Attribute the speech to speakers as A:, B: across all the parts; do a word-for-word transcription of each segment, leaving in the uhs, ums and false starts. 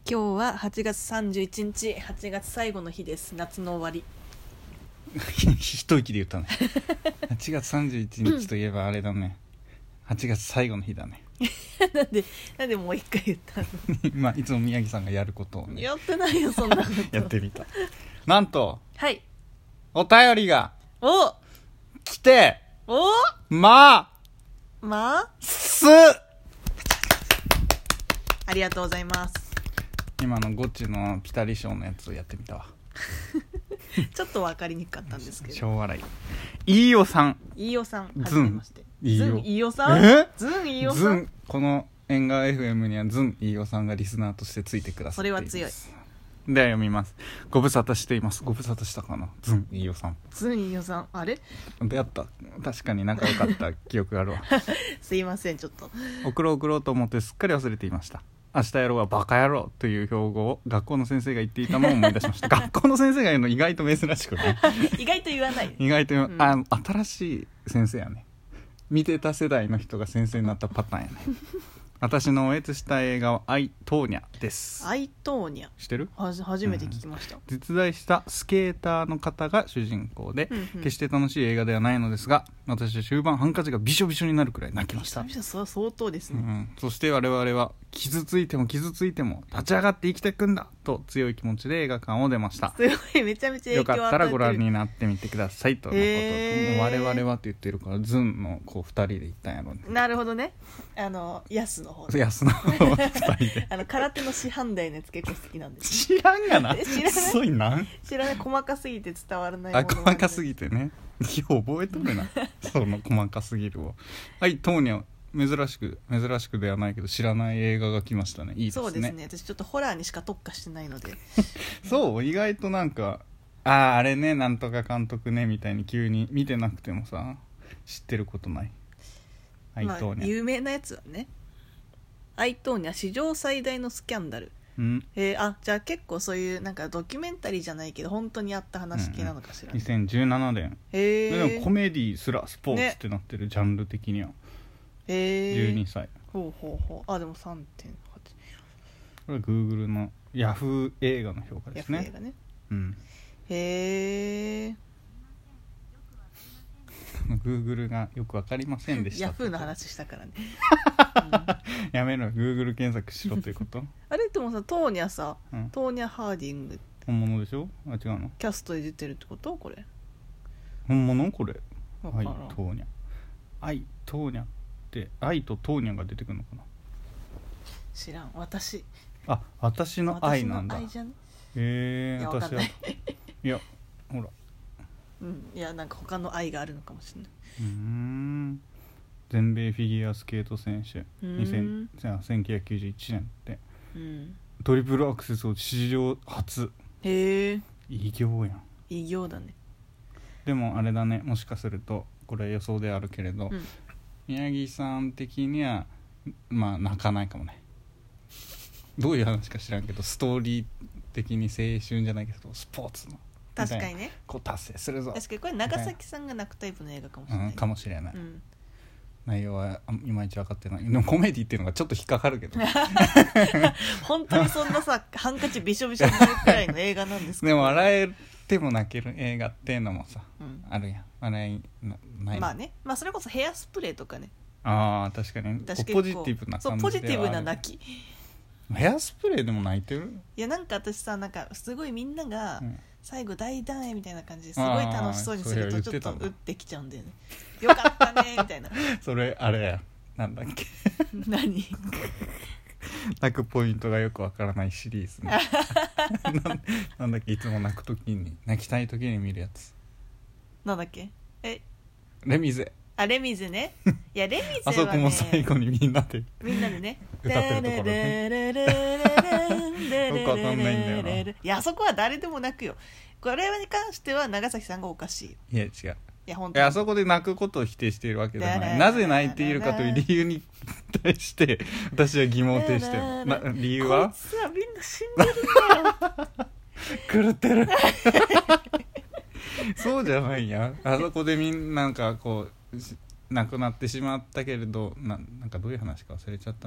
A: 今日ははちがつさんじゅういちにち、はちがつ最後の日です。夏の終わり。
B: 一息で言ったね。はちがつさんじゅういちにちといえばあれだね、はちがつ最後の日だね。
A: なんでなんでもう一回言ったの
B: まあいつも宮城さんがやることをね、
A: やってないよそんなこと
B: やってみた。なんと
A: はい、
B: お便りが
A: お
B: 来て
A: お
B: ま
A: まあ
B: す。
A: ありがとうございます。
B: 今のゴッチのピタリ賞のやつをやってみたわ。
A: ちょっと分かりにくかったんですけど、
B: 小笑い。飯尾さん、
A: 飯尾さん、はじ
B: ズン
A: めまして。
B: 飯尾
A: ズン飯尾さん、
B: え
A: ズン飯尾
B: ズ
A: さん、
B: ン、この縁側 エフエム にはズン飯尾さんがリスナーとしてついてくださっています。
A: それは強い。
B: では読みます。ご無沙汰しています。ご無沙汰したかな。ズン飯尾さん、
A: ズン飯尾さん、あれ
B: 出会った。確かに仲良かった記憶があるわ。
A: すいません、ちょっと
B: 送ろう送ろうと思ってすっかり忘れていました。明日やろうはバカ野郎という標語を学校の先生が言っていたのを思い出しました。学校の先生が言うの意外と珍しくね。
A: 意外と言わない
B: 意外と、
A: うん、
B: あ新しい先生やね。見てた世代の人が先生になったパターンやね。私のおえつした映画はアイ・トーニャです。
A: アイトーニャ、
B: 知ってる？
A: はじ初めて聞きました、うん、
B: 実在したスケーターの方が主人公で、
A: うんうん、
B: 決して楽しい映画ではないのですが、私は終盤ハンカチがびしょびしょになるくらい泣きました。
A: 久々、それは相当ですね、
B: うん、そして我々は傷ついても傷ついても立ち上がって生きていくんだと強い気持ちで映画館を出ました。
A: すごい、めちゃめちゃ影響を与えてる。
B: よかったらご覧になってみてくださいとのこと、
A: えー、
B: もう我々はって言ってるからズンのこうふたりで行ったんやろうね。
A: なるほどね。あのヤスの方で、
B: ヤスの方ふたりで
A: あの空手の師範代のやつ結構好きなんです。
B: 知らんがな。
A: 知らない
B: そういなん
A: 知らない、細かすぎて伝わらない
B: あ、
A: もの
B: 細かすぎてね。よう覚えとるな。その細かすぎるを。はい、トーニャ、珍しく珍しくではないけど知らない映画が来ましたね。いいですね。
A: そうですね。私ちょっとホラーにしか特化してないので。
B: そう意外となんか、あああれね、なんとか監督ねみたいに急に見てなくてもさ知ってることない。アイトーニャ、
A: まあ、有名なやつはね、アイトーニャ史上最大のスキャンダル。
B: うん、
A: えー、あ、じゃあ結構そういうなんかドキュメンタリーじゃないけど本当にあった話系なのかしら、ね、
B: うんうん、にせんじゅうななねん。
A: へー、
B: でもコメディすらスポーツってなってる、ね、ジャンル的には。
A: へー、
B: じゅうにさい。
A: ほうほうほう。あ、でも さんてんはち。
B: これは Google のヤフー映画の評価ですね。
A: ヤフー映画ね。
B: うん。
A: へー、
B: Google がよくわかりませんでした。
A: ヤフーの話したからね、
B: うん、やめろ、 Google 検索しろということ
A: あれでもさ、トーニャさ、
B: うん、
A: トーニャハーディング
B: 本物でしょ。あ、違うの。
A: キャストで出てるってこと？これ
B: 本物これ。アイ
A: わからん。
B: トーニャ、アイトーニャってアイとトーニャが出てくるのかな。
A: 知らん。私
B: あ、私の愛なんだ。
A: 私の愛じゃね。
B: へえー、
A: いや、わか
B: 私は
A: んない。
B: いやほら、
A: うん、いや、なんか他の愛があるのかもしれない。
B: うーん、全米フィギュアスケート選手にせんせんきゅうひゃくきゅうじゅういちねんって、
A: うん、
B: トリプルアクセスを史上初。
A: へえ、
B: 偉業やん。
A: 偉業だね。
B: でもあれだね、もしかするとこれ予想であるけれど、
A: うん、
B: 宮城さん的にはまあ泣かないかもね。どういう話か知らんけど、ストーリー的に青春じゃないけどスポーツの
A: 確かにね、
B: こう達成するぞ。
A: 確かにこれ長崎さんが泣くタイプの映画かもしれない、
B: うん、かもしれない、
A: うん、
B: 内容はいまいち分かってない。でもコメディっていうのがちょっと引っかかるけど
A: 本当にそんなさハンカチびしょびしょになるくらいの映画なんですか？
B: でも笑えても泣ける映画っていうのもさ、
A: うん、
B: あるやん。笑いなない
A: まあね、まあそれこそヘアスプレーとかね。
B: ああ確かに
A: 私
B: ポジティブな感じではある。
A: そうポジティブな泣き。
B: ヘアスプレーでも泣いてる？
A: いや、なんか私さ、なんかすごいみんなが、うん最後大団円みたいな感じですごい楽しそうにするとちょっと打ってきちゃうんだよね。よかったねみたいな。
B: それあれや、なんだっけ
A: 何
B: 泣くポイントがよくわからないシリーズねな, なんだっけ、いつも泣くときに泣きたいときに見るやつ。
A: なんだっけ、え
B: レミゼ。
A: あ、レミゼね。いやレミゼはね
B: あそこも最後にみんなで
A: みんなでね
B: 歌ってるところねよくわかんないんだよな。い
A: や、あそこは誰でも泣くよ。これに関しては長崎さんがおかしい。
B: いや違う、
A: いや本
B: 当にあそこで泣くことを否定しているわけじゃない。なぜ泣いているかという理由に対して私は疑問を呈してるな。理由は
A: こいつはみんな死んでるんだよ
B: 狂ってるそうじゃないや。あそこでみんななんかこう亡くなってしまったけれど な, なんかどういう話か忘れちゃったな。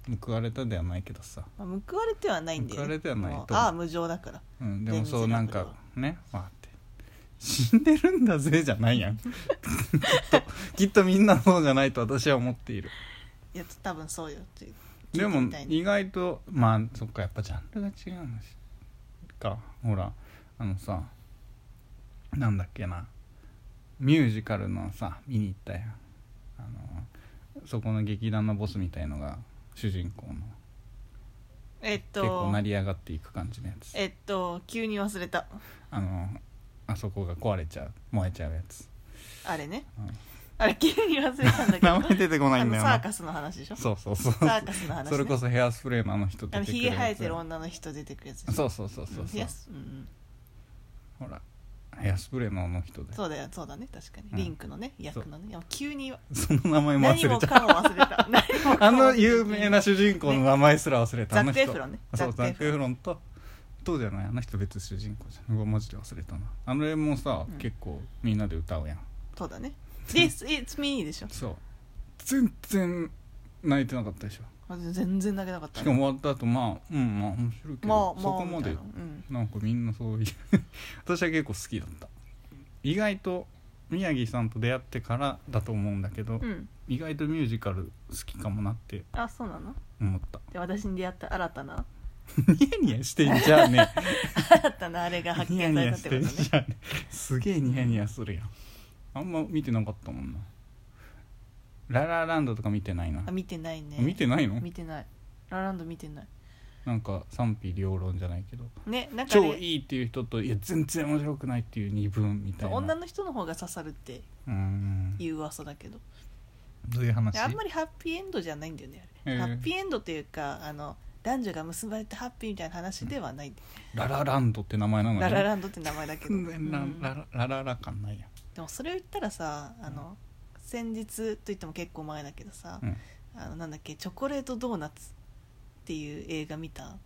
B: 報われたではないけどさ、
A: まあ、報われてはないんだよ、ね、
B: 報われてはないと
A: ああ無情だから、
B: うん、でもそうなんかねわーって死んでるんだぜじゃないやんきっときっとみんなそうじゃないと私は思っている。
A: いや多分そうよって
B: でも意外とまあそっかやっぱジャンルが違うのか。ほらあのさなんだっけなミュージカルのさ見に行ったやん、あのそこの劇団のボスみたいのが主人公の
A: えっと
B: 結構成り上がっていく感じのやつ、
A: えっと急に忘れた
B: あのあそこが壊れちゃう燃えちゃうやつ、
A: あれね、
B: うん、
A: あれ急に忘れたんだけど
B: 名前出てこないんだよな。
A: サーカスの話でしょ。
B: そうそうそう
A: サーカスの話、ね、
B: それこそヘアスプレーのあの人出てくるやつ、
A: あのヒゲ生えてる女の人出てくるやつでしょ。
B: そうそうそうそうそう、
A: うんうん、
B: ほらヘアスプレーのあの人で
A: そうだよそうだね確かに、うん、リンクのね役のね。いや急に
B: その名前も忘れちゃった。
A: 何もかも忘れた何も
B: あの有名な主人公の名前すら忘れた、
A: ね、ザック・エフロンね。
B: そうザック・エフロンとそうじゃないあの人別主人公じゃん。うわマジで忘れたな。あの絵もさ、うん、結構みんなで歌うやん。
A: そうだね。This it's me でしょ。
B: そう全然泣いてなかったでしょ。
A: 全然泣けなかった、ね、
B: しかも終わった後まあうんまあ面白いけど、まあ、そこまで、
A: まあうん、
B: なんかみんなそういう私は結構好きだった。意外と宮城さんと出会ってからだと思うんだけど、うん、意外とミュージカル好きかもなって
A: あそうなの
B: 思った。
A: で私に出会った新たな
B: ニヤニヤしてんじゃんね
A: 新たなあれが発見されたってことね。ニヤニヤしてんじゃんね。
B: すげえニヤニヤするやん。あんま見てなかったもんな。ララランドとか見てないな。
A: あ見てないね。
B: 見てないの？
A: 見てない。ララランド見てない。
B: なんか賛否両論じゃないけど、
A: ね、なんか
B: 超いいっていう人といや全然面白くないっていう二分みたいな。
A: 女の人の方が刺さるっていう噂だけど、
B: どういう話？
A: あんまりハッピーエンドじゃないんだよねあれ、えー、ハッピーエンドっていうかあの男女が結ばれてハッピーみたいな話ではない、うん、
B: ララランドって名前なのね。
A: ララランドって名前だけど
B: ラララララ感ないや。
A: でもそれを言ったらさあの、うん、先日といっても結構前だけどさ、うん、あのなんだっけチョコレートドーナツっていう映画見た？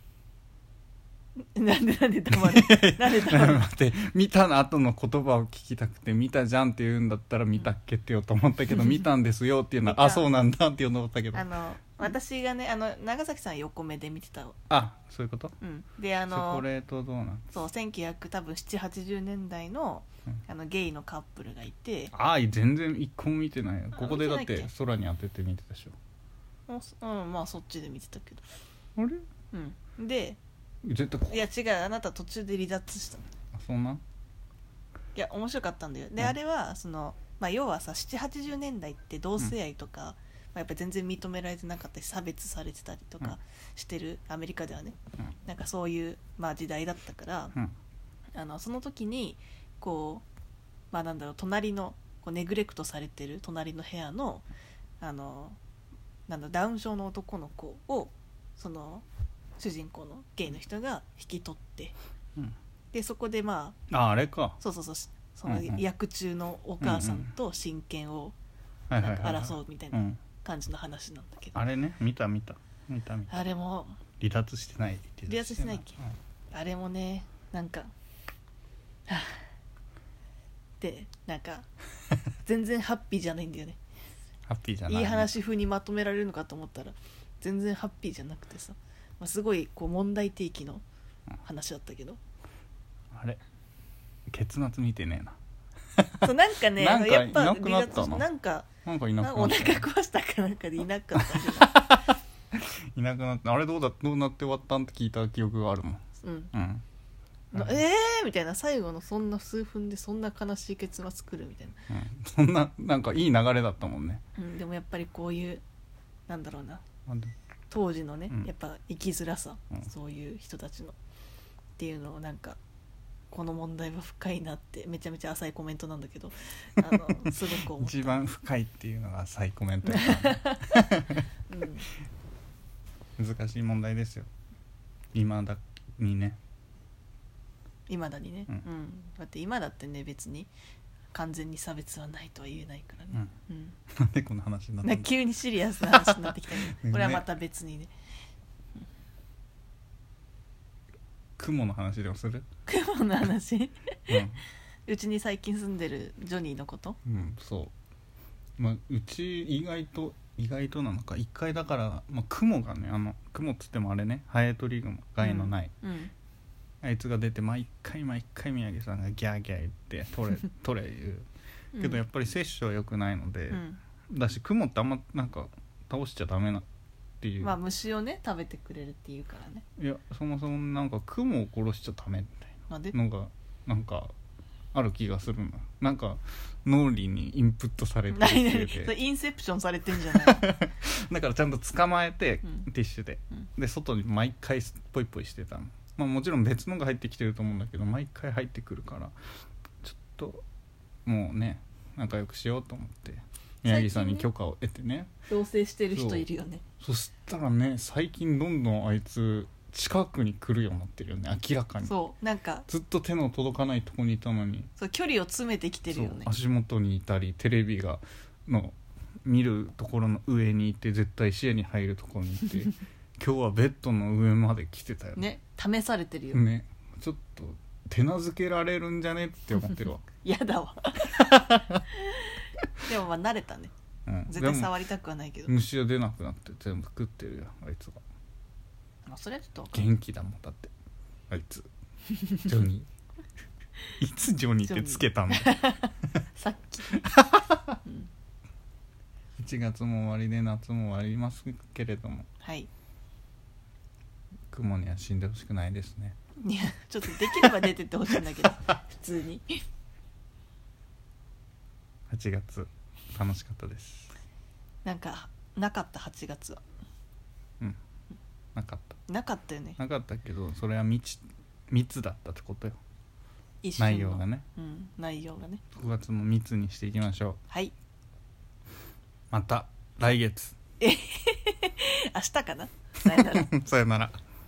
A: なんでなんで黙るなんで黙る
B: 待って見た後の言葉を聞きたくて見たじゃんって言うんだったら見たっけって言おうと思ったけど見たんですよっていうのはあそうなんだって言おうと思ったけど、
A: あの私がねあの長崎さん横目で見てた。
B: あそういうこと、
A: うん、であの
B: チョコレートドーナツ
A: そうせんきゅうひゃく多分ななじゅうはちじゅうねんだいの、うん、あのゲイのカップルがいて、
B: あ全然一個も見てない。ここでだって空に当てて見てたでしょ。
A: うんまあそっちで見てたけど
B: あれ
A: うんで
B: 絶対
A: いや違うあなた途中で離脱した。
B: あそんな。
A: いや面白かったんだよ。で、うん、あれはその、まあ、要はさななじゅうはちじゅうねんだいって同性愛とか、うんまあ、やっぱり全然認められてなかったし差別されてたりとかしてる、うん、アメリカではね、うん、なんかそういう、まあ、時代だったから、うん、あのその時にこうまあなんだろう隣のこうネグレクトされてる隣の部屋のあのなんだダウン症の男の子をその主人公のゲイの人が引き取って、うん、でそこでまあ
B: あ, あれか
A: そうそうそうその役中のお母さんと親権をなんか争うみたいな感じの話なんだけど、
B: あれね見た見た見た見た
A: あれも
B: 離脱してない
A: 離脱してないっけ、うん、あれもねなんかはぁでなんか全然ハッピーじゃないんだよね
B: ハッピーじゃない、ね、
A: いい話風にまとめられるのかと思ったら全然ハッピーじゃなくてさ、まあ、すごいこう問題提起の話だったけど、
B: あれ結末見てねえな
A: そうなんかね
B: なんか
A: やっぱ
B: いなくなったの
A: なんか
B: なんかいなくなった
A: お腹壊したかなんかでいなかったけど
B: いなくなったあれどうだどうなって終わったんって聞いた記憶があるもん。
A: うん、うんうん、えーみたいな最後のそんな数分でそんな悲しい結末作るみたいな、
B: うん、そんななんかいい流れだったもんね、
A: うん、でもやっぱりこういうなんだろうな当時のね、うん、やっぱ生きづらさ、うん、そういう人たちのっていうのをなんかこの問題は深いなってめちゃめちゃ浅いコメントなんだけどあのすごく思った
B: 一番深いっていうのが浅いコメントやから、うん、難しい問題ですよ今だにね
A: 今だにね、うんうん、だって今だってね別に完全に差別はないとは言えないからね、うんうん、
B: なんでこの話になったの
A: 急にシリアスな話になってきたけどこれはまた別にね
B: 雲の話でもする
A: 雲の話、うん、うちに最近住んでるジョニーのこと、
B: うんそう、まあ、うち意外と意外となのかいっかいだから、まあ、雲がねあの雲っつってもあれねハエトリグモ害のない、
A: うんうん
B: あいつが出て毎回毎回宮城さんがギャーギャー言って取れ取れ言うけどやっぱり摂取は良くないので、
A: うん、
B: だし雲ってあんまなんか倒しちゃダメなっていう、
A: まあ虫をね食べてくれるっていうからね。
B: いやそもそもなんか雲を殺しちゃダメみたい
A: なんで
B: なのがなんかある気がするんだ。なんか脳裏にインプットされて
A: 何
B: て
A: 々それインセプションされてんじゃない
B: だからちゃんと捕まえて、
A: うん
B: ティッシュで、
A: うん
B: で外に毎回ポイポイしてたの。まあもちろん別のが入ってきてると思うんだけど毎回入ってくるからちょっともうね仲良くしようと思って宮城さんに許可を得てね
A: 同棲してる人いるよね。
B: そしたらね最近どんどんあいつ近くに来るようになってるよね明らかに。
A: そうなんか
B: ずっと手の届かないとこにいたのに
A: そう距離を詰めてきてるよね。
B: そう足元にいたりテレビがの見るところの上にいて絶対視野に入るところにいて今日はベッドの上まで来てたよ
A: ね試されてるよ、
B: ねちょっと手なずけられるんじゃねって思ってるわ
A: やだわでもまあ慣れたね、
B: うん、
A: 絶対触りたくはないけど、
B: 虫は出なくなって全部食ってるよあいつが。
A: まあ、それはちょっと分かんない
B: 元気だもんだってあいつジョニーいつジョニーってつけたの
A: さっき、うん、
B: いちがつも終わりで夏も終わりますけれども
A: はい
B: 雲には死んでほしくないですね。
A: いやちょっとできれば出てってほしいんだけど普通に
B: はちがつ楽しかったです。
A: なんかなかったはちがつは
B: うんなかった
A: なかったよね。
B: なかったけどそれは密密だったってことよ
A: 一瞬の
B: 内容がね。
A: うん内容がね。
B: ごがつも密にしていきましょう。
A: はい
B: また来月
A: 明日かなさよなら
B: さよなら。